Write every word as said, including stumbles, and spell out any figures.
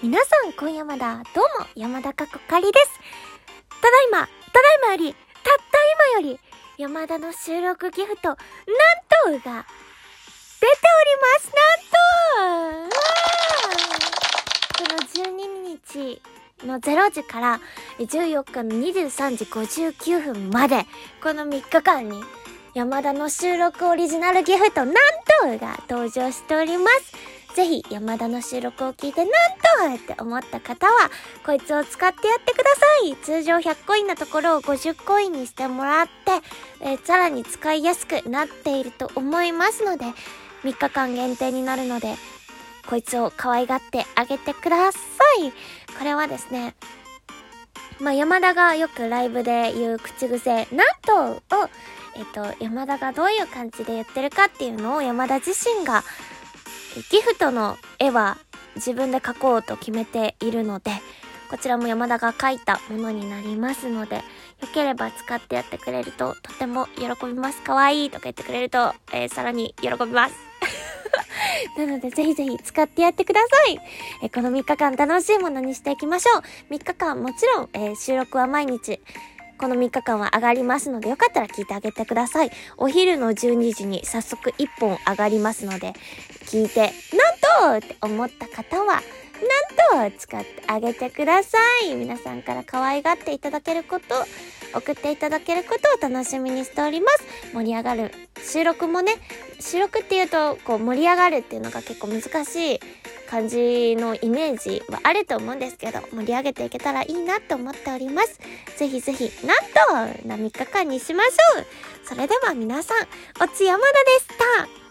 皆さん今夜まだどうも山田かこかりです。ただいま、ただいまより、たった今より山田の収録ギフトなんとが出ております。なんとこのじゅうににちのれいじからじゅうよっかのにじゅうさんじごじゅうきゅうふんまでこのみっかかんに山田の収録オリジナルギフトなんとが登場しております。ぜひ山田の収録を聞いてなんとって思った方はこいつを使ってやってください。通常ひゃっコインのところをごじゅっコインにしてもらって、えー、さらに使いやすくなっていると思いますので、みっかかん限定になるのでこいつを可愛がってあげてください。これはですね、まあ山田がよくライブで言う口癖なんとをえっと山田がどういう感じで言ってるかっていうのを山田自身がギフトの絵は自分で描こうと決めているので、こちらも山田が描いたものになりますので、よければ使ってやってくれるととても喜びます。かわいいとか言ってくれると、えー、さらに喜びますなのでぜひぜひ使ってやってください。えー、このみっかかん楽しいものにしていきましょう。みっかかんもちろん、えー、収録は毎日このみっかかんは上がりますので、よかったら聞いてあげてください。お昼のじゅうにじに早速いっぽん上がりますので、聞いてなんとって思った方はなんと使ってあげてください。皆さんから可愛がっていただけること、送っていただけることを楽しみにしております。盛り上がる収録もね、収録っていうとこう盛り上がるっていうのが結構難しい感じのイメージはあると思うんですけど、盛り上げていけたらいいなと思っております。ぜひぜひなんとなみっかかんにしましょう。それでは皆さん、おつ山田でした。